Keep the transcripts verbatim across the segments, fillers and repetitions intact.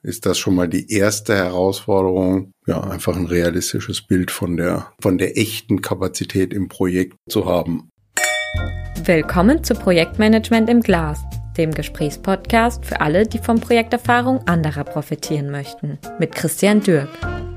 ist das schon mal die erste Herausforderung, ja, einfach ein realistisches Bild von der, von der echten Kapazität im Projekt zu haben. Willkommen zu Projektmanagement im Glas, dem Gesprächspodcast für alle, die von Projekterfahrung anderer profitieren möchten, mit Christian Dürk.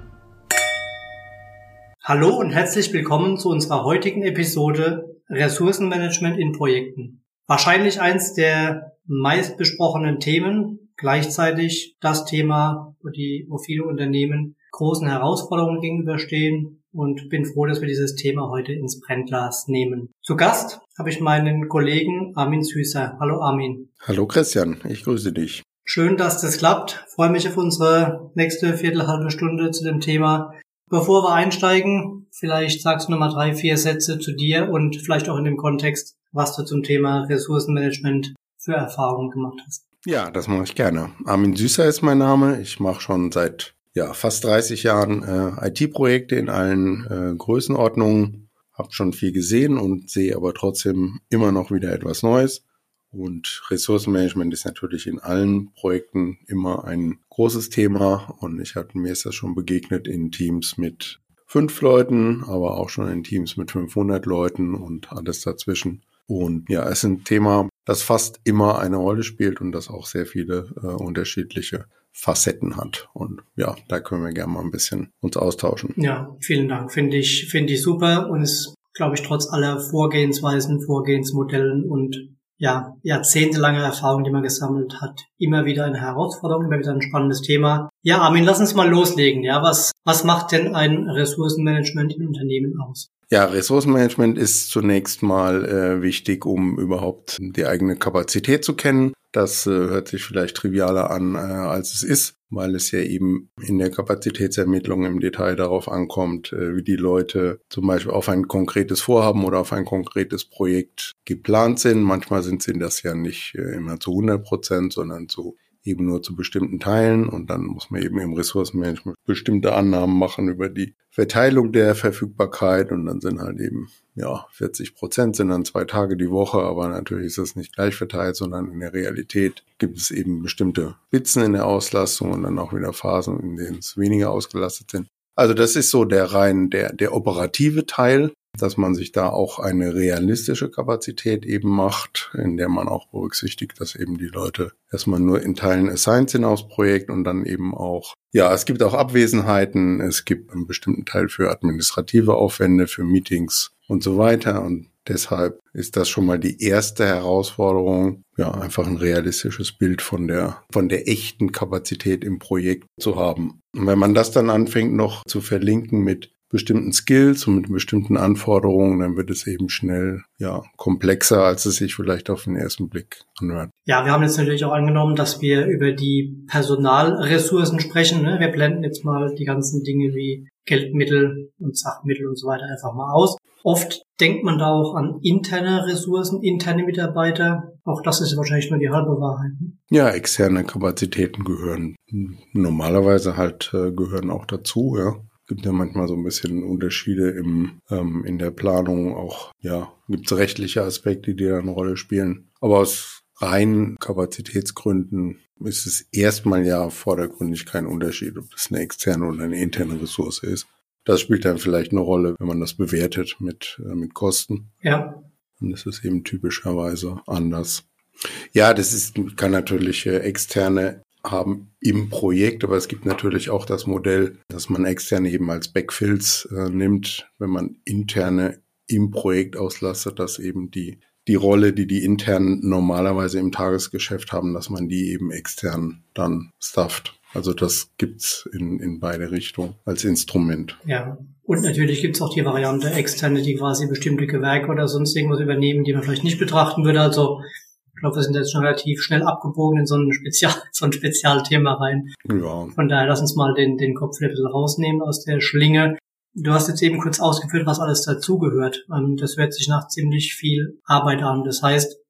Hallo und herzlich willkommen zu unserer heutigen Episode Ressourcenmanagement in Projekten. Wahrscheinlich eins der meistbesprochenen Themen, gleichzeitig das Thema, wo die, wo viele Unternehmen großen Herausforderungen gegenüberstehen, und bin froh, dass wir dieses Thema heute ins Brennglas nehmen. Zu Gast habe ich meinen Kollegen Armin Süßer. Hallo Armin. Hallo Christian, ich grüße dich. Schön, dass das klappt. Ich freue mich auf unsere nächste Viertelhalbe Stunde zu dem Thema. Bevor wir einsteigen, vielleicht sagst du nochmal drei, vier Sätze zu dir und vielleicht auch in dem Kontext, was du zum Thema Ressourcenmanagement für Erfahrungen gemacht hast. Ja, das mache ich gerne. Armin Süßer ist mein Name. Ich mache schon seit ja fast dreißig Jahren äh, I T-Projekte in allen äh, Größenordnungen. Habe schon viel gesehen und sehe aber trotzdem immer noch wieder etwas Neues. Und Ressourcenmanagement ist natürlich in allen Projekten immer ein großes Thema. Und ich hatte, mir ist das schon begegnet in Teams mit fünf Leuten, aber auch schon in Teams mit fünfhundert Leuten und alles dazwischen. Und ja, es ist ein Thema, das fast immer eine Rolle spielt und das auch sehr viele äh, unterschiedliche Facetten hat. Und ja, da können wir gerne mal ein bisschen uns austauschen. Ja, vielen Dank. Finde ich, finde ich super und ist, glaube ich, trotz aller Vorgehensweisen, Vorgehensmodellen und ja, jahrzehntelange Erfahrung, die man gesammelt hat, immer wieder eine Herausforderung, immer wieder ein spannendes Thema. Ja, Armin, lass uns mal loslegen. Ja, was, was macht denn ein Ressourcenmanagement in Unternehmen aus? Ja, Ressourcenmanagement ist zunächst mal äh, wichtig, um überhaupt die eigene Kapazität zu kennen. Das äh, hört sich vielleicht trivialer an, äh, als es ist, weil es ja eben in der Kapazitätsermittlung im Detail darauf ankommt, äh, wie die Leute zum Beispiel auf ein konkretes Vorhaben oder auf ein konkretes Projekt geplant sind. Manchmal sind sie das ja nicht äh, immer zu hundert Prozent, sondern zu eben nur zu bestimmten Teilen, und dann muss man eben im Ressourcenmanagement bestimmte Annahmen machen über die Verteilung der Verfügbarkeit, und dann sind halt eben, ja, vierzig Prozent sind dann zwei Tage die Woche, aber natürlich ist das nicht gleich verteilt, sondern in der Realität gibt es eben bestimmte Spitzen in der Auslastung und dann auch wieder Phasen, in denen es weniger ausgelastet sind. Also das ist so der rein, der, der operative Teil, dass man sich da auch eine realistische Kapazität eben macht, in der man auch berücksichtigt, dass eben die Leute erstmal nur in Teilen assigned sind aufs Projekt und dann eben auch, ja, es gibt auch Abwesenheiten, es gibt einen bestimmten Teil für administrative Aufwände, für Meetings und so weiter, und deshalb ist das schon mal die erste Herausforderung, ja, einfach ein realistisches Bild von der, von der echten Kapazität im Projekt zu haben. Und wenn man das dann anfängt noch zu verlinken mit bestimmten Skills und mit bestimmten Anforderungen, dann wird es eben schnell, ja, komplexer, als es sich vielleicht auf den ersten Blick anhört. Ja, wir haben jetzt natürlich auch angenommen, dass wir über die Personalressourcen sprechen. Ne? Wir blenden jetzt mal die ganzen Dinge wie Geldmittel und Sachmittel und so weiter einfach mal aus. Oft denkt man da auch an interne Ressourcen, interne Mitarbeiter. Auch das ist wahrscheinlich nur die halbe Wahrheit. Ja, externe Kapazitäten gehören normalerweise halt äh, gehören auch dazu, ja. Gibt ja manchmal so ein bisschen Unterschiede im ähm, in der Planung auch, ja, gibt es rechtliche Aspekte, die da eine Rolle spielen. Aber aus rein Kapazitätsgründen ist es erstmal ja vordergründig kein Unterschied, ob das eine externe oder eine interne Ressource ist. Das spielt dann vielleicht eine Rolle, wenn man das bewertet mit äh, mit Kosten. Ja. Und das ist eben typischerweise anders. Ja, das ist kann natürlich äh, externe haben im Projekt, aber es gibt natürlich auch das Modell, dass man externe eben als Backfills äh, nimmt, wenn man interne im Projekt auslastet, dass eben die die Rolle, die die internen normalerweise im Tagesgeschäft haben, dass man die eben extern dann stafft. Also das gibt's in in beide Richtungen als Instrument. Ja, und natürlich gibt's auch die Variante externe, die quasi bestimmte Gewerke oder sonst irgendwas übernehmen, die man vielleicht nicht betrachten würde. Also ich glaube, wir sind jetzt schon relativ schnell abgebogen in so ein Spezial, so ein Spezialthema rein. Ja. Von daher lass uns mal den, den Kopf ein bisschen rausnehmen aus der Schlinge. Du hast jetzt eben kurz ausgeführt, was alles dazugehört. Das hört sich nach ziemlich viel Arbeit an. Das heißt,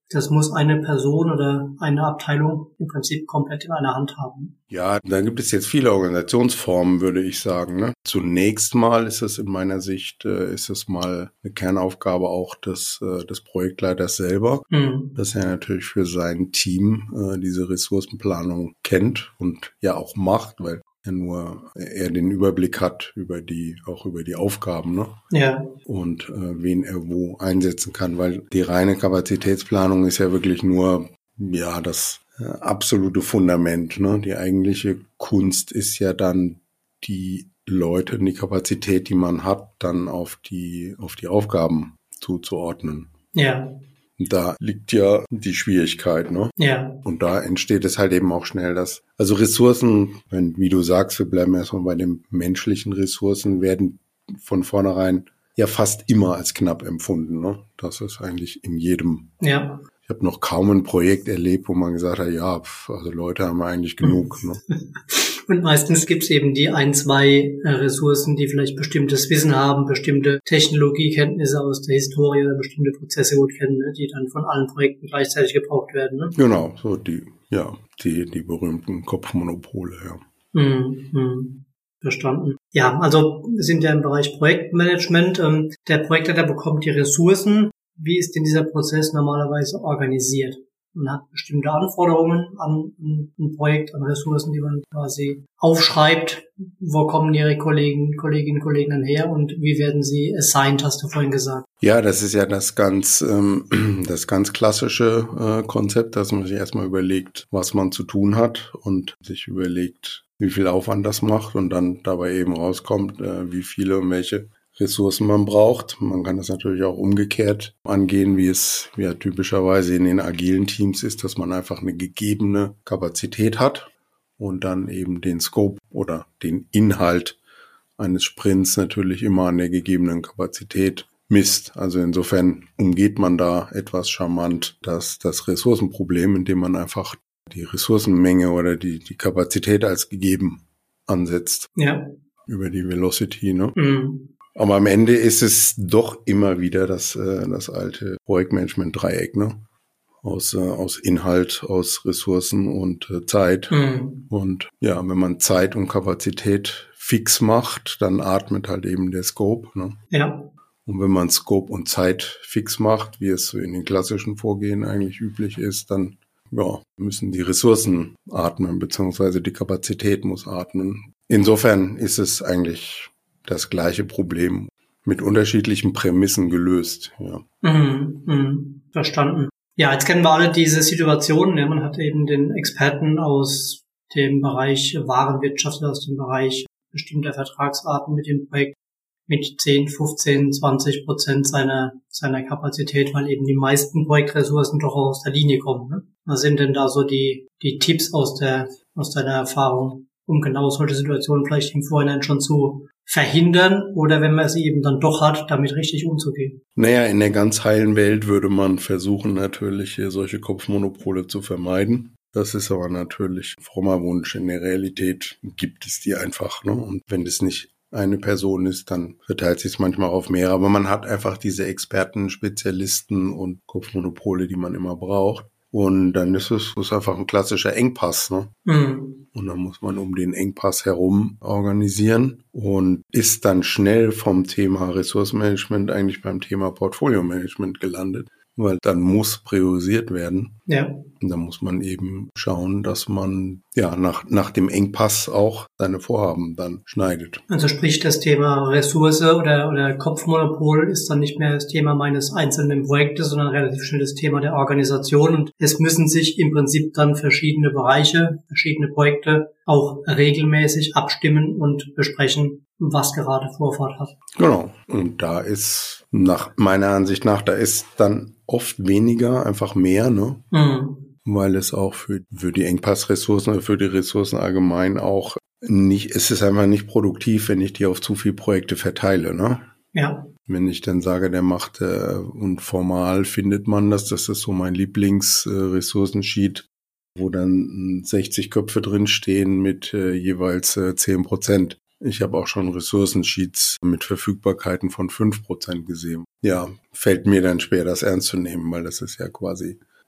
das muss eine Person oder eine Abteilung im Prinzip komplett in einer Hand haben. Ja, da gibt es jetzt viele Organisationsformen, würde ich sagen. Ne? Zunächst mal ist es in meiner Sicht, äh, ist es mal eine Kernaufgabe auch des, äh, des Projektleiters selber, mhm. dass er natürlich für sein Team äh, diese Ressourcenplanung kennt und ja auch macht, weil er nur er den Überblick hat über die, auch über die Aufgaben, ne? Ja. Und äh, wen er wo einsetzen kann, weil die reine Kapazitätsplanung ist ja wirklich nur, ja, das äh, absolute Fundament, ne? Die eigentliche Kunst ist ja dann die Leute, die Kapazität, die man hat, dann auf die, auf die Aufgaben zuzuordnen. Ja. Da liegt ja die Schwierigkeit, ne? Ja. Und da entsteht es halt eben auch schnell, dass, also Ressourcen, wenn, wie du sagst, wir bleiben erstmal bei den menschlichen Ressourcen, werden von vornherein ja fast immer als knapp empfunden, ne? Das ist eigentlich in jedem. Ja. Ich habe noch kaum ein Projekt erlebt, wo man gesagt hat, ja, pf, also Leute haben wir eigentlich genug, ne? Und meistens gibt es eben die ein, zwei äh, Ressourcen, die vielleicht bestimmtes Wissen haben, bestimmte Technologiekenntnisse aus der Historie oder bestimmte Prozesse gut kennen, ne, die dann von allen Projekten gleichzeitig gebraucht werden. Ne? Genau, so die, ja, die, die berühmten Kopfmonopole, ja. Mhm, mhm. Verstanden. Ja, also wir sind ja im Bereich Projektmanagement. Ähm, der Projektleiter bekommt die Ressourcen. Wie ist denn dieser Prozess normalerweise organisiert? Man hat bestimmte Anforderungen an ein Projekt, an Ressourcen, die man quasi aufschreibt. Wo kommen Ihre Kollegen, Kolleginnen und Kollegen dann her und wie werden sie assigned, hast du vorhin gesagt? Ja, das ist ja das ganz, ähm, das ganz klassische äh, Konzept, dass man sich erstmal überlegt, was man zu tun hat und sich überlegt, wie viel Aufwand das macht und dann dabei eben rauskommt, äh, wie viele und welche Ressourcen man braucht. Man kann das natürlich auch umgekehrt angehen, wie es ja typischerweise in den agilen Teams ist, dass man einfach eine gegebene Kapazität hat und dann eben den Scope oder den Inhalt eines Sprints natürlich immer an der gegebenen Kapazität misst. Also insofern umgeht man da etwas charmant das, das Ressourcenproblem, indem man einfach die Ressourcenmenge oder die, die Kapazität als gegeben ansetzt. Ja. Über die Velocity, ne? Mhm. Aber am Ende ist es doch immer wieder das, äh, das alte Projektmanagement-Dreieck, ne? Aus, äh, aus Inhalt, aus Ressourcen und äh, Zeit. Mhm. Und ja, wenn man Zeit und Kapazität fix macht, dann atmet halt eben der Scope, ne? Ja. Und wenn man Scope und Zeit fix macht, wie es so in den klassischen Vorgehen eigentlich üblich ist, dann ja, müssen die Ressourcen atmen, beziehungsweise die Kapazität muss atmen. Insofern ist es eigentlich das gleiche Problem mit unterschiedlichen Prämissen gelöst. Ja. Mhm, mhm, verstanden. Ja, jetzt kennen wir alle diese Situation. Ja, man hat eben den Experten aus dem Bereich Warenwirtschaft, aus dem Bereich bestimmter Vertragsarten mit dem Projekt mit zehn, fünfzehn, zwanzig Prozent seiner seiner Kapazität, weil eben die meisten Projektressourcen doch aus der Linie kommen. Ne? Was sind denn da so die die Tipps aus der aus deiner Erfahrung, um genau solche Situationen vielleicht im Vorhinein schon zu verhindern oder wenn man sie eben dann doch hat, damit richtig umzugehen? Naja, in der ganz heilen Welt würde man versuchen, natürlich hier solche Kopfmonopole zu vermeiden. Das ist aber natürlich ein frommer Wunsch. In der Realität gibt es die einfach, ne? Und wenn es nicht eine Person ist, dann verteilt sich es manchmal auf mehrere. Aber man hat einfach diese Experten, Spezialisten und Kopfmonopole, die man immer braucht. Und dann ist es ist einfach ein klassischer Engpass, ne? Mhm. Und dann muss man um den Engpass herum organisieren und ist dann schnell vom Thema Ressourcenmanagement eigentlich beim Thema Portfolio-Management gelandet, weil dann muss priorisiert werden. Ja. Und dann muss man eben schauen, dass man ja nach nach dem Engpass auch seine Vorhaben dann schneidet. Also sprich, das Thema Ressource oder oder Kopfmonopol ist dann nicht mehr das Thema meines einzelnen Projektes, sondern relativ schnell das Thema der Organisation. Und es müssen sich im Prinzip dann verschiedene Bereiche, verschiedene Projekte auch regelmäßig abstimmen und besprechen, was gerade Vorfahrt hat. Genau. Und da ist nach meiner Ansicht nach, da ist dann oft weniger, einfach mehr, ne? Mhm. Weil es auch für, für die Engpassressourcen oder für die Ressourcen allgemein auch nicht, es ist einfach nicht produktiv, wenn ich die auf zu viele Projekte verteile, ne? Ja. Wenn ich dann sage, der macht, äh, und formal findet man das, das ist so mein Lieblings-Ressourcensheet, äh, wo dann sechzig Köpfe drinstehen mit äh, jeweils äh, zehn Prozent. Ich habe auch schon Ressourcensheets mit Verfügbarkeiten von fünf Prozent gesehen. Ja, fällt mir dann schwer, das ernst zu nehmen, weil das ist ja quasi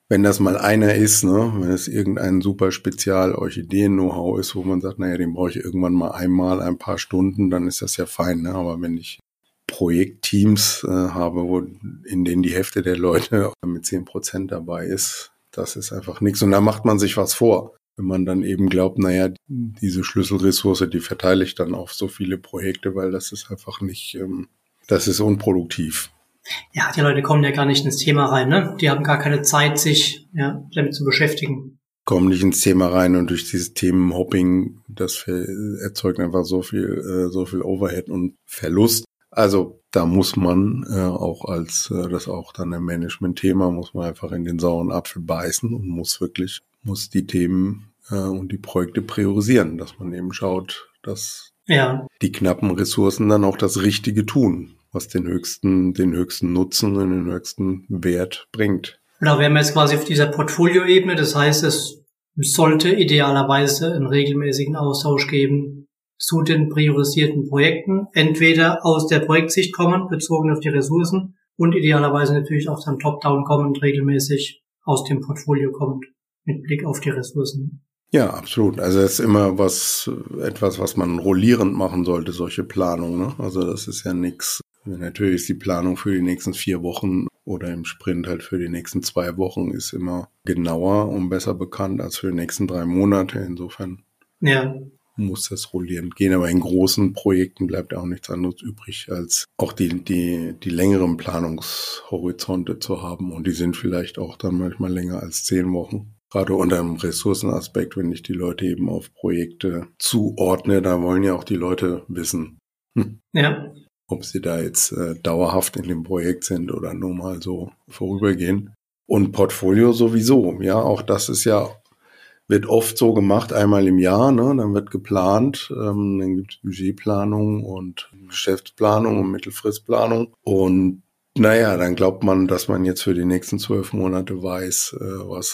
wenn das mal einer ist, ne, wenn es irgendein super Spezial-Orchideen-Know-how ist, wo man sagt, naja, den brauche ich irgendwann mal einmal ein paar Stunden, dann ist das ja fein, ne? Aber wenn ich Projektteams äh, habe, wo, in denen die Hälfte der Leute mit zehn Prozent dabei ist, das ist einfach nichts. Und da macht man sich was vor. Wenn man dann eben glaubt, naja, diese Schlüsselressource, die verteile ich dann auf so viele Projekte, weil das ist einfach nicht, ähm, das ist unproduktiv. Ja, die Leute kommen ja gar nicht ins Thema rein, ne? Die haben gar keine Zeit, sich ja, damit zu beschäftigen. Kommen nicht ins Thema rein und durch dieses Themenhopping, das erzeugt einfach so viel, äh, so viel Overhead und Verlust. Also da muss man äh, auch als, äh, das auch dann ein Management-Thema, muss man einfach in den sauren Apfel beißen und muss wirklich, muss die Themen äh, und die Projekte priorisieren, dass man eben schaut, dass ja. die knappen Ressourcen dann auch das Richtige tun, was den höchsten, den höchsten Nutzen und den höchsten Wert bringt. Genau, wir haben jetzt quasi auf dieser Portfolioebene, das heißt, es sollte idealerweise einen regelmäßigen Austausch geben zu den priorisierten Projekten, entweder aus der Projektsicht kommen, bezogen auf die Ressourcen, und idealerweise natürlich auch dann top-down kommend, regelmäßig aus dem Portfolio kommend, mit Blick auf die Ressourcen. Ja, absolut. Also das ist immer was, etwas, was man rollierend machen sollte, solche Planungen, ne? Also das ist ja nichts. Natürlich ist die Planung für die nächsten vier Wochen oder im Sprint halt für die nächsten zwei Wochen ist immer genauer und besser bekannt als für die nächsten drei Monate. Insofern ja. muss das rollierend gehen. Aber in großen Projekten bleibt auch nichts anderes übrig, als auch die, die, die längeren Planungshorizonte zu haben. Und die sind vielleicht auch dann manchmal länger als zehn Wochen. Gerade unter dem Ressourcenaspekt, wenn ich die Leute eben auf Projekte zuordne, da wollen ja auch die Leute wissen, hm, ja. ob sie da jetzt äh, dauerhaft in dem Projekt sind oder nur mal so vorübergehen. Und Portfolio sowieso, ja, auch das ist ja, wird oft so gemacht, einmal im Jahr, ne, dann wird geplant, ähm, dann gibt es Budgetplanung und Geschäftsplanung und Mittelfristplanung und naja, dann glaubt man, dass man jetzt für die nächsten zwölf Monate weiß, äh, was,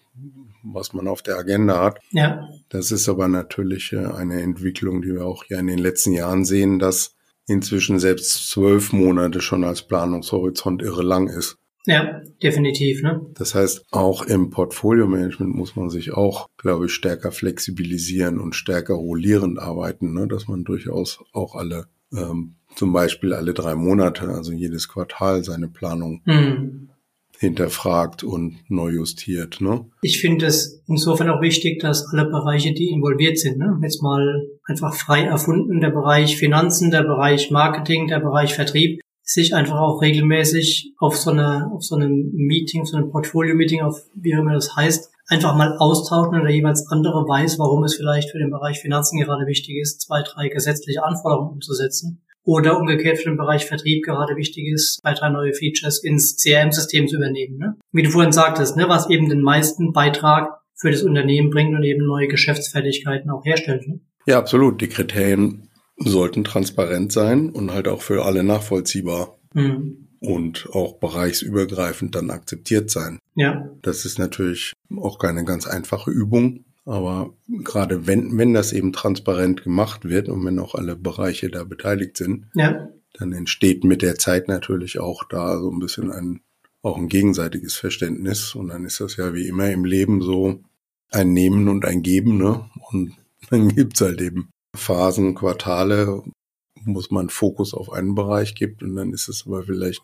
was man auf der Agenda hat. Ja. Das ist aber natürlich äh, eine Entwicklung, die wir auch ja in den letzten Jahren sehen, dass inzwischen selbst zwölf Monate schon als Planungshorizont irre lang ist. Ja, definitiv, ne? Das heißt, auch im Portfolio-Management muss man sich auch, glaube ich, stärker flexibilisieren und stärker rollierend arbeiten, ne? Dass man durchaus auch alle, ähm, zum Beispiel alle drei Monate, also jedes Quartal seine Planung mhm. hinterfragt und neu justiert, ne? Ich finde es insofern auch wichtig, dass alle Bereiche, die involviert sind, ne, jetzt mal einfach frei erfunden, der Bereich Finanzen, der Bereich Marketing, der Bereich Vertrieb, sich einfach auch regelmäßig auf so eine, auf so einem Meeting, so einem Portfolio-Meeting, auf wie auch immer das heißt, einfach mal austauschen oder jeweils andere weiß, warum es vielleicht für den Bereich Finanzen gerade wichtig ist, zwei, drei gesetzliche Anforderungen umzusetzen. Oder umgekehrt für den Bereich Vertrieb gerade wichtig ist, zwei, drei neue Features ins C R M-System zu übernehmen. Ne? Wie du vorhin sagtest, ne, was eben den meisten Beitrag für das Unternehmen bringt und eben neue Geschäftsfertigkeiten auch herstellt. Ne? Ja, absolut. Die Kriterien sollten transparent sein und halt auch für alle nachvollziehbar mhm. und auch bereichsübergreifend dann akzeptiert sein. Ja. Das ist natürlich auch keine ganz einfache Übung. Aber gerade wenn, wenn das eben transparent gemacht wird und wenn auch alle Bereiche da beteiligt sind, ja. dann entsteht mit der Zeit natürlich auch da so ein bisschen ein, auch ein gegenseitiges Verständnis. Und dann ist das ja wie immer im Leben so ein Nehmen und ein Geben, ne? Und dann gibt's halt eben Phasen, Quartale, wo man Fokus auf einen Bereich gibt und dann ist es aber vielleicht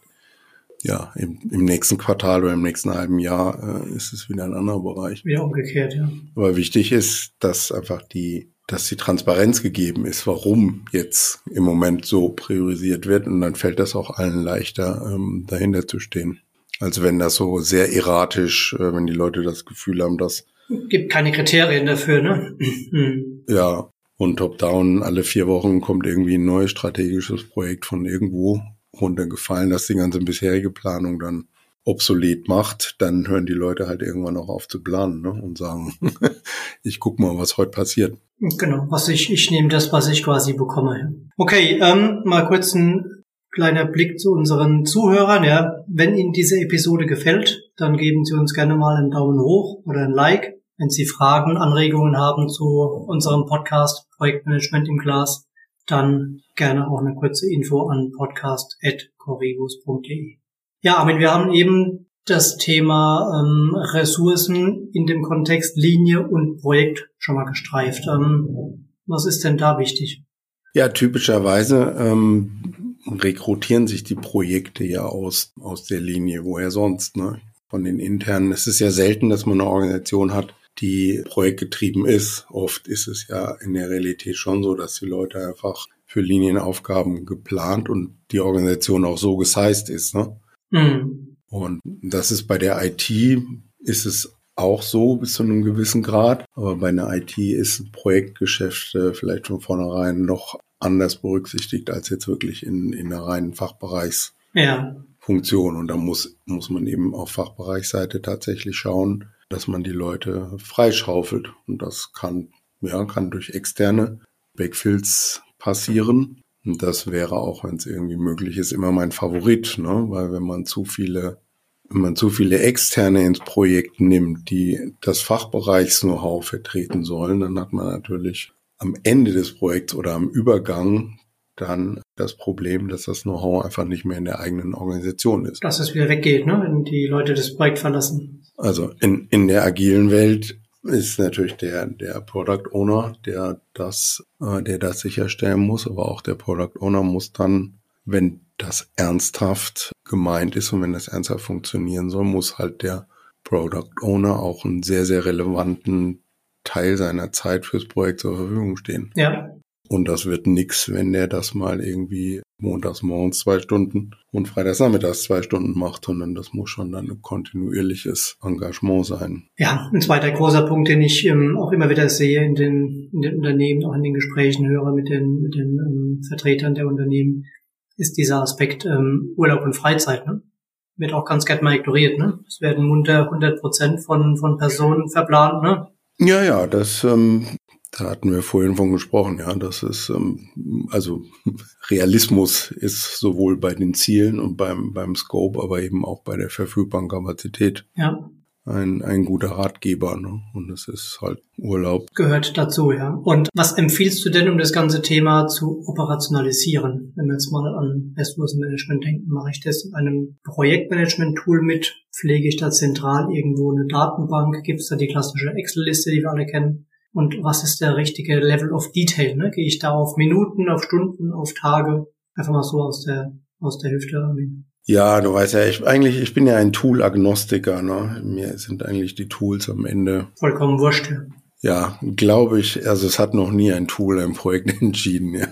ja, im, im nächsten Quartal oder im nächsten halben Jahr äh, ist es wieder ein anderer Bereich. Wieder umgekehrt, ja. Aber wichtig ist, dass einfach die, dass die Transparenz gegeben ist, warum jetzt im Moment so priorisiert wird und dann fällt das auch allen leichter, ähm, dahinter zu stehen. Als wenn das so sehr erratisch, äh, wenn die Leute das Gefühl haben, dass... Gibt keine Kriterien dafür, ne? Ja, und top-down alle vier Wochen kommt irgendwie ein neues strategisches Projekt von irgendwo runtergefallen, dass die ganze bisherige Planung dann obsolet macht, dann hören die Leute halt irgendwann auch auf zu planen, ne, und sagen, ich guck mal, was heute passiert. Genau, was ich, ich nehme das, was ich quasi bekomme. Okay, ähm, mal kurz ein kleiner Blick zu unseren Zuhörern, ja. Wenn Ihnen diese Episode gefällt, dann geben Sie uns gerne mal einen Daumen hoch oder ein Like. Wenn Sie Fragen, Anregungen haben zu unserem Podcast Projektmanagement im Glas, dann gerne auch eine kurze Info an podcast at corribus punkt de. Ja, Armin, wir haben eben das Thema ähm, Ressourcen in dem Kontext Linie und Projekt schon mal gestreift. Ähm, was ist denn da wichtig? Ja, typischerweise ähm, rekrutieren sich die Projekte ja aus aus der Linie, woher sonst, ne? Von den internen. Es ist ja selten, dass man eine Organisation hat, die projektgetrieben ist. Oft ist es ja in der Realität schon so, dass die Leute einfach für Linienaufgaben geplant und die Organisation auch so gesized ist, ne? Mhm. Und das ist bei der I T, ist es auch so bis zu einem gewissen Grad. Aber bei einer I T ist Projektgeschäft äh, vielleicht von vornherein noch anders berücksichtigt als jetzt wirklich in, in einer reinen Fachbereichsfunktion. Ja. Und da muss, muss man eben auf Fachbereichsseite tatsächlich schauen, dass man die Leute freischaufelt. Und das kann, ja, kann durch externe Backfills passieren. Und das wäre auch, wenn es irgendwie möglich ist, immer mein Favorit, ne? Weil wenn man zu viele, wenn man zu viele Externe ins Projekt nimmt, die das Fachbereichs-Know-how vertreten sollen, dann hat man natürlich am Ende des Projekts oder am Übergang dann das Problem, dass das Know-how einfach nicht mehr in der eigenen Organisation ist. Dass es wieder weggeht, ne? Wenn die Leute das Projekt verlassen. Also in, in der agilen Welt ist natürlich der, der Product Owner, der das, äh, der das sicherstellen muss, aber auch der Product Owner muss dann, wenn das ernsthaft gemeint ist und wenn das ernsthaft funktionieren soll, muss halt der Product Owner auch einen sehr, sehr relevanten Teil seiner Zeit fürs Projekt zur Verfügung stehen. Ja. Und das wird nix, wenn der das mal irgendwie montags morgens zwei Stunden und freitags nachmittags zwei Stunden macht, sondern das muss schon dann ein kontinuierliches Engagement sein. Ja, ein zweiter großer Punkt, den ich ähm, auch immer wieder sehe in den, in den Unternehmen, auch in den Gesprächen höre mit den, mit den ähm, Vertretern der Unternehmen, ist dieser Aspekt ähm, Urlaub und Freizeit. Ne? Wird auch ganz gerne mal ignoriert. Ne? Es werden unter hundert Prozent von, von Personen verplant. Ne? Ja, ja, das, ähm, da hatten wir vorhin von gesprochen, ja, das ist, ähm, also Realismus ist sowohl bei den Zielen und beim, beim Scope, aber eben auch bei der verfügbaren Kapazität Ja. ein, ein guter Ratgeber, ne? Und es ist halt Urlaub. Gehört dazu, ja. Und was empfiehlst du denn, um das ganze Thema zu operationalisieren? Wenn wir jetzt mal an Ressourcenmanagement denken, mache ich das in einem Projektmanagement-Tool mit? Pflege ich da zentral irgendwo eine Datenbank? Gibt es da die klassische Excel-Liste, die wir alle kennen? Und was ist der richtige Level of Detail? Ne? Gehe ich da auf Minuten, auf Stunden, auf Tage? Einfach mal so aus der aus der Hüfte. Ja, du weißt ja, ich eigentlich, ich bin ja ein Tool-Agnostiker, ne? Mir sind eigentlich die Tools am Ende vollkommen wurscht. Ja, glaube ich. Also es hat noch nie ein Tool ein Projekt entschieden. Ja,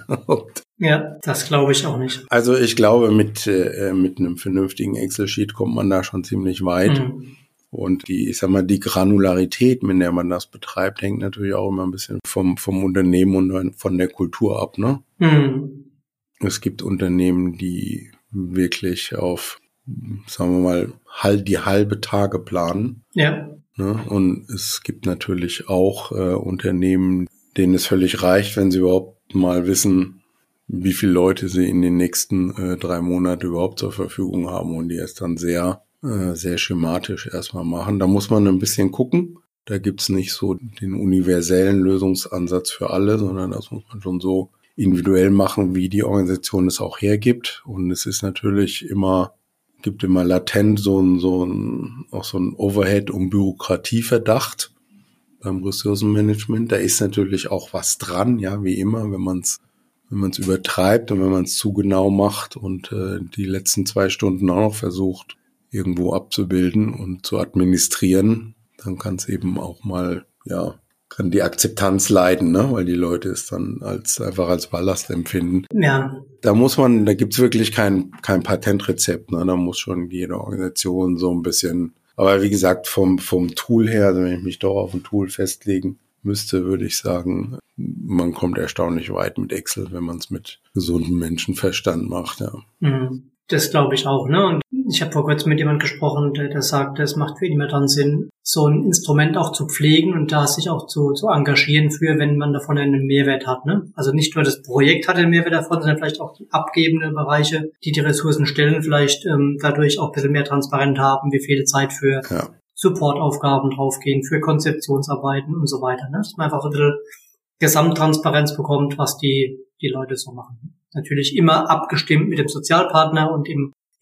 ja, das glaube ich auch nicht. Also ich glaube, mit äh, mit einem vernünftigen Excel-Sheet kommt man da schon ziemlich weit. Mhm. Und die, ich sag mal, die Granularität, mit der man das betreibt, hängt natürlich auch immer ein bisschen vom vom Unternehmen und von der Kultur ab, ne? Mhm. Es gibt Unternehmen, die wirklich auf, sagen wir mal, halt die halbe Tage planen. Ja. Ne? Und es gibt natürlich auch äh, Unternehmen, denen es völlig reicht, wenn sie überhaupt mal wissen, wie viele Leute sie in den nächsten äh, drei Monaten überhaupt zur Verfügung haben und die es dann sehr, äh, sehr schematisch erstmal machen. Da muss man ein bisschen gucken. Da gibt's nicht so den universellen Lösungsansatz für alle, sondern das muss man schon so individuell machen, wie die Organisation es auch hergibt. Und es ist natürlich immer, gibt immer latent so ein, so ein, auch so ein Overhead- und Bürokratieverdacht beim Ressourcenmanagement. Da ist natürlich auch was dran, ja, wie immer, wenn man es, wenn man es übertreibt und wenn man es zu genau macht und äh, die letzten zwei Stunden auch noch versucht, irgendwo abzubilden und zu administrieren, dann kann es eben auch mal, ja, kann die Akzeptanz leiden, ne, weil die Leute es dann als einfach als Ballast empfinden. Ja. Da muss man, da gibt's wirklich kein kein Patentrezept, ne, da muss schon jede Organisation so ein bisschen, aber wie gesagt, vom vom Tool her, also wenn ich mich doch auf ein Tool festlegen müsste, würde ich sagen, man kommt erstaunlich weit mit Excel, wenn man es mit gesundem Menschenverstand macht, ja. Mhm. Das glaube ich auch, ne? Und ich habe vor kurzem mit jemand gesprochen, der, der sagte, es macht für ihn immer dann Sinn, so ein Instrument auch zu pflegen und da sich auch zu, zu engagieren für, wenn man davon einen Mehrwert hat, ne? Also nicht nur das Projekt hat einen Mehrwert davon, sondern vielleicht auch die abgebenden Bereiche, die die Ressourcen stellen, vielleicht ähm, dadurch auch ein bisschen mehr transparent haben, wie viel Zeit für ja. Supportaufgaben draufgehen, für Konzeptionsarbeiten und so weiter, ne? Dass man einfach so ein bisschen Gesamttransparenz bekommt, was die die Leute so machen. Natürlich immer abgestimmt mit dem Sozialpartner und im,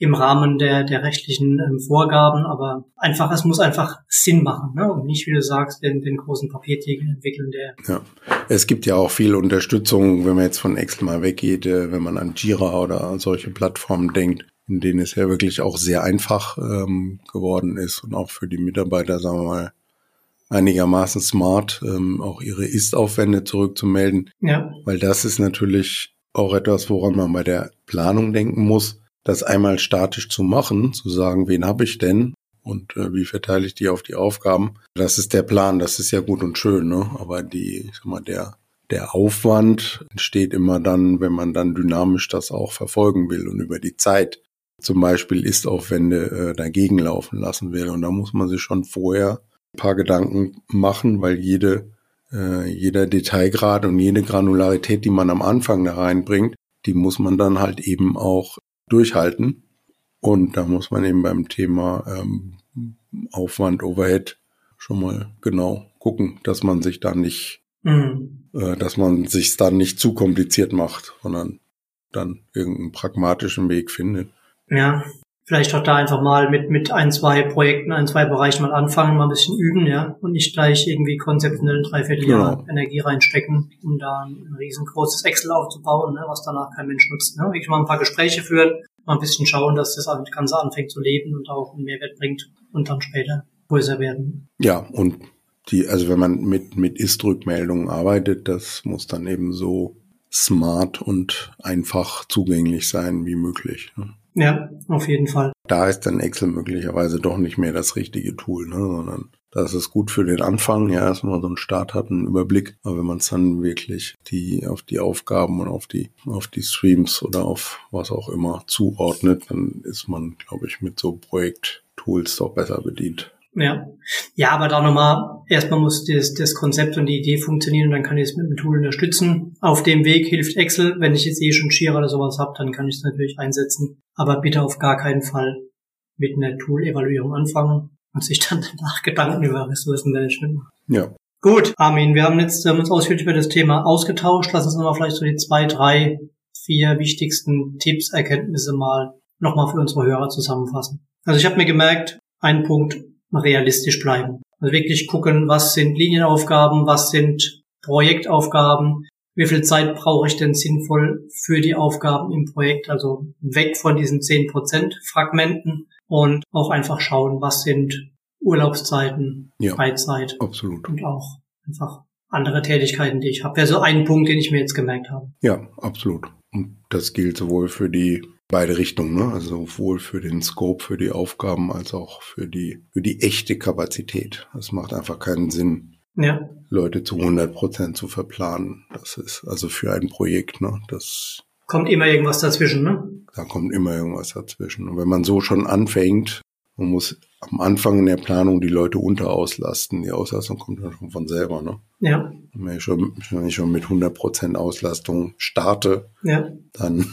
im Rahmen der, der rechtlichen ähm, Vorgaben, aber einfach, es muss einfach Sinn machen, ne? Und nicht, wie du sagst, den, den großen Papiertiger entwickeln, der... Ja, es gibt ja auch viel Unterstützung, wenn man jetzt von Excel mal weggeht, wenn man an Jira oder solche Plattformen denkt, in denen es ja wirklich auch sehr einfach ähm, geworden ist und auch für die Mitarbeiter, sagen wir mal, einigermaßen smart, ähm, auch ihre Ist-Aufwände zurückzumelden. Ja. Weil das ist natürlich auch etwas, woran man bei der Planung denken muss, das einmal statisch zu machen, zu sagen, wen habe ich denn und äh, wie verteile ich die auf die Aufgaben. Das ist der Plan, das ist ja gut und schön, ne? Aber die, ich sag mal, der der Aufwand entsteht immer dann, wenn man dann dynamisch das auch verfolgen will und über die Zeit zum Beispiel Ist-Aufwände äh, dagegen laufen lassen will. Und da muss man sich schon vorher ein paar Gedanken machen, weil jede äh, jeder Detailgrad und jede Granularität, die man am Anfang da reinbringt, die muss man dann halt eben auch durchhalten. Und da muss man eben beim Thema ähm, Aufwand, Overhead schon mal genau gucken, dass man sich da nicht, mhm. äh, dass man sich dann nicht zu kompliziert macht, sondern dann irgendeinen pragmatischen Weg findet. Ja, vielleicht auch da einfach mal mit mit ein, zwei Projekten, ein, zwei Bereichen mal anfangen, mal ein bisschen üben, ja, und nicht gleich irgendwie konzeptionell ein Dreivierteljahr genau. Energie reinstecken, um da ein riesengroßes Excel aufzubauen, ne, was danach kein Mensch nutzt. Ne? Wirklich mal ein paar Gespräche führen, mal ein bisschen schauen, dass das Ganze anfängt zu leben und auch einen Mehrwert bringt und dann später größer werden. Ja, und die, also wenn man mit mit Ist-Rückmeldungen arbeitet, das muss dann eben so smart und einfach zugänglich sein wie möglich. Ne? Ja, auf jeden Fall. Da ist dann Excel möglicherweise doch nicht mehr das richtige Tool, ne, sondern das ist gut für den Anfang, ja, dass man so einen Start hat, einen Überblick. Aber wenn man es dann wirklich die auf die Aufgaben und auf die auf die Streams oder auf was auch immer zuordnet, dann ist man, glaube ich, mit so Projekttools doch besser bedient. Ja, ja, aber da nochmal, erstmal muss das, das Konzept und die Idee funktionieren und dann kann ich es mit dem Tool unterstützen. Auf dem Weg hilft Excel. Wenn ich jetzt eh schon Jira oder sowas habe, dann kann ich es natürlich einsetzen. Aber bitte auf gar keinen Fall mit einer Tool-Evaluierung anfangen und sich dann danach Gedanken über Ressourcenmanagement machen. Ja. Gut, Armin, wir haben jetzt haben uns ausführlich über das Thema ausgetauscht. Lass uns nochmal vielleicht so die zwei, drei, vier wichtigsten Tipps, Erkenntnisse mal nochmal für unsere Hörer zusammenfassen. Also ich habe mir gemerkt, ein Punkt, realistisch bleiben. Also wirklich gucken, was sind Linienaufgaben, was sind Projektaufgaben, wie viel Zeit brauche ich denn sinnvoll für die Aufgaben im Projekt, also weg von diesen zehn Prozent Fragmenten und auch einfach schauen, was sind Urlaubszeiten, ja, Freizeit absolut. Und auch einfach andere Tätigkeiten, die ich habe. Wäre so ein Punkt, den ich mir jetzt gemerkt habe. Ja, absolut. Und das gilt sowohl für die beide Richtungen, ne? Also sowohl für den Scope, für die Aufgaben, als auch für die für die echte Kapazität. Es macht einfach keinen Sinn, ja. Leute zu hundert Prozent zu verplanen. Das ist also für ein Projekt, ne? Das kommt immer irgendwas dazwischen, ne? Da kommt immer irgendwas dazwischen. Und wenn man so schon anfängt, man muss am Anfang in der Planung die Leute unterauslasten. Die Auslastung kommt dann schon von selber, ne? Ja. Wenn ich schon, wenn ich schon mit hundert Prozent Auslastung starte, ja. dann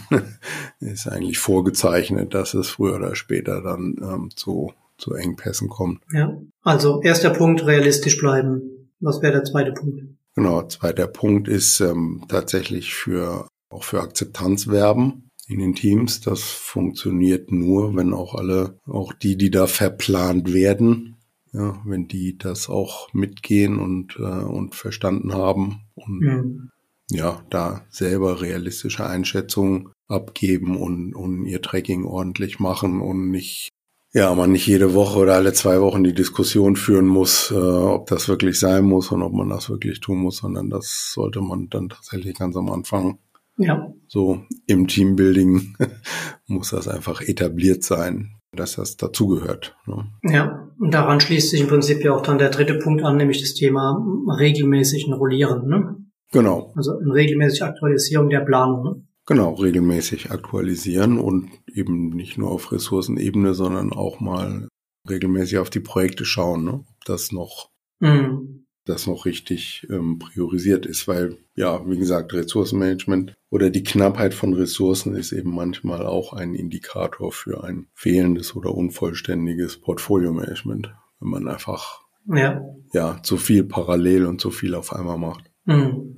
ist eigentlich vorgezeichnet, dass es früher oder später dann ähm, zu, zu Engpässen kommt. Ja. Also erster Punkt, realistisch bleiben. Was wäre der zweite Punkt? Genau, zweiter Punkt ist ähm, tatsächlich für auch für Akzeptanz werben in den Teams. Das funktioniert nur, wenn auch alle, auch die, die da verplant werden, ja, wenn die das auch mitgehen und äh, und verstanden haben und mhm. ja, da selber realistische Einschätzungen abgeben und und ihr Tracking ordentlich machen und nicht, ja, man nicht jede Woche oder alle zwei Wochen die Diskussion führen muss, äh, ob das wirklich sein muss und ob man das wirklich tun muss, sondern das sollte man dann tatsächlich ganz am Anfang. Ja. So im Teambuilding muss das einfach etabliert sein, dass das dazugehört. Ne? Ja, und daran schließt sich im Prinzip ja auch dann der dritte Punkt an, nämlich das Thema regelmäßigen Rollieren. Ne? Genau. Also eine regelmäßige Aktualisierung der Planung. Ne? Genau, regelmäßig aktualisieren und eben nicht nur auf Ressourcenebene, sondern auch mal regelmäßig auf die Projekte schauen, ne? Ob das noch mhm. das noch richtig ähm, priorisiert ist, weil, ja, wie gesagt, Ressourcenmanagement oder die Knappheit von Ressourcen ist eben manchmal auch ein Indikator für ein fehlendes oder unvollständiges Portfolio-Management, wenn man einfach ja, ja zu viel parallel und zu viel auf einmal macht. Mhm.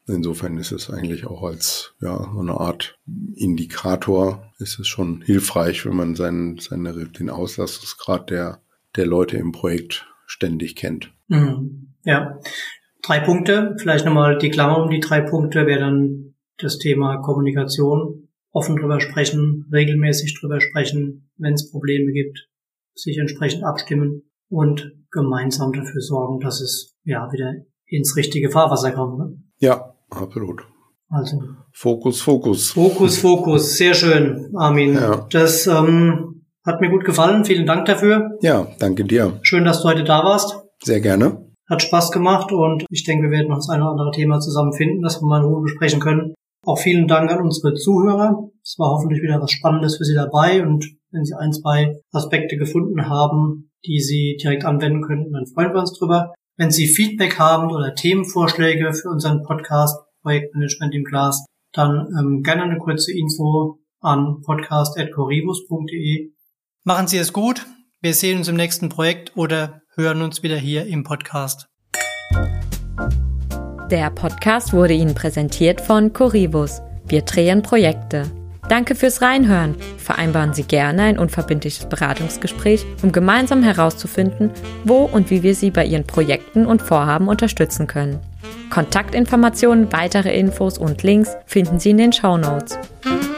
Insofern ist es eigentlich auch als ja so eine Art Indikator, ist es schon hilfreich, wenn man seinen, seine, den Auslastungsgrad der, der Leute im Projekt ständig kennt. Mhm. Ja, drei Punkte, vielleicht nochmal die Klammer um die drei Punkte, wäre dann das Thema Kommunikation, offen drüber sprechen, regelmäßig drüber sprechen, wenn es Probleme gibt, sich entsprechend abstimmen und gemeinsam dafür sorgen, dass es ja wieder ins richtige Fahrwasser kommt. Ne? Ja. Absolut. Also Fokus, Fokus. Fokus, Fokus. Sehr schön, Armin. Ja. Das ähm, hat mir gut gefallen. Vielen Dank dafür. Ja, danke dir. Schön, dass du heute da warst. Sehr gerne. Hat Spaß gemacht und ich denke, wir werden noch das eine oder andere Thema zusammen finden, das wir mal in Ruhe besprechen können. Auch vielen Dank an unsere Zuhörer. Es war hoffentlich wieder was Spannendes für Sie dabei und wenn Sie ein, zwei Aspekte gefunden haben, die Sie direkt anwenden könnten, dann freuen wir uns drüber. Wenn Sie Feedback haben oder Themenvorschläge für unseren Podcast Projektmanagement im Glas, dann ähm, gerne eine kurze Info an podcast at corrivus punkt de. Machen Sie es gut. Wir sehen uns im nächsten Projekt oder hören uns wieder hier im Podcast. Der Podcast wurde Ihnen präsentiert von Corrivus. Wir drehen Projekte. Danke fürs Reinhören. Vereinbaren Sie gerne ein unverbindliches Beratungsgespräch, um gemeinsam herauszufinden, wo und wie wir Sie bei Ihren Projekten und Vorhaben unterstützen können. Kontaktinformationen, weitere Infos und Links finden Sie in den Shownotes.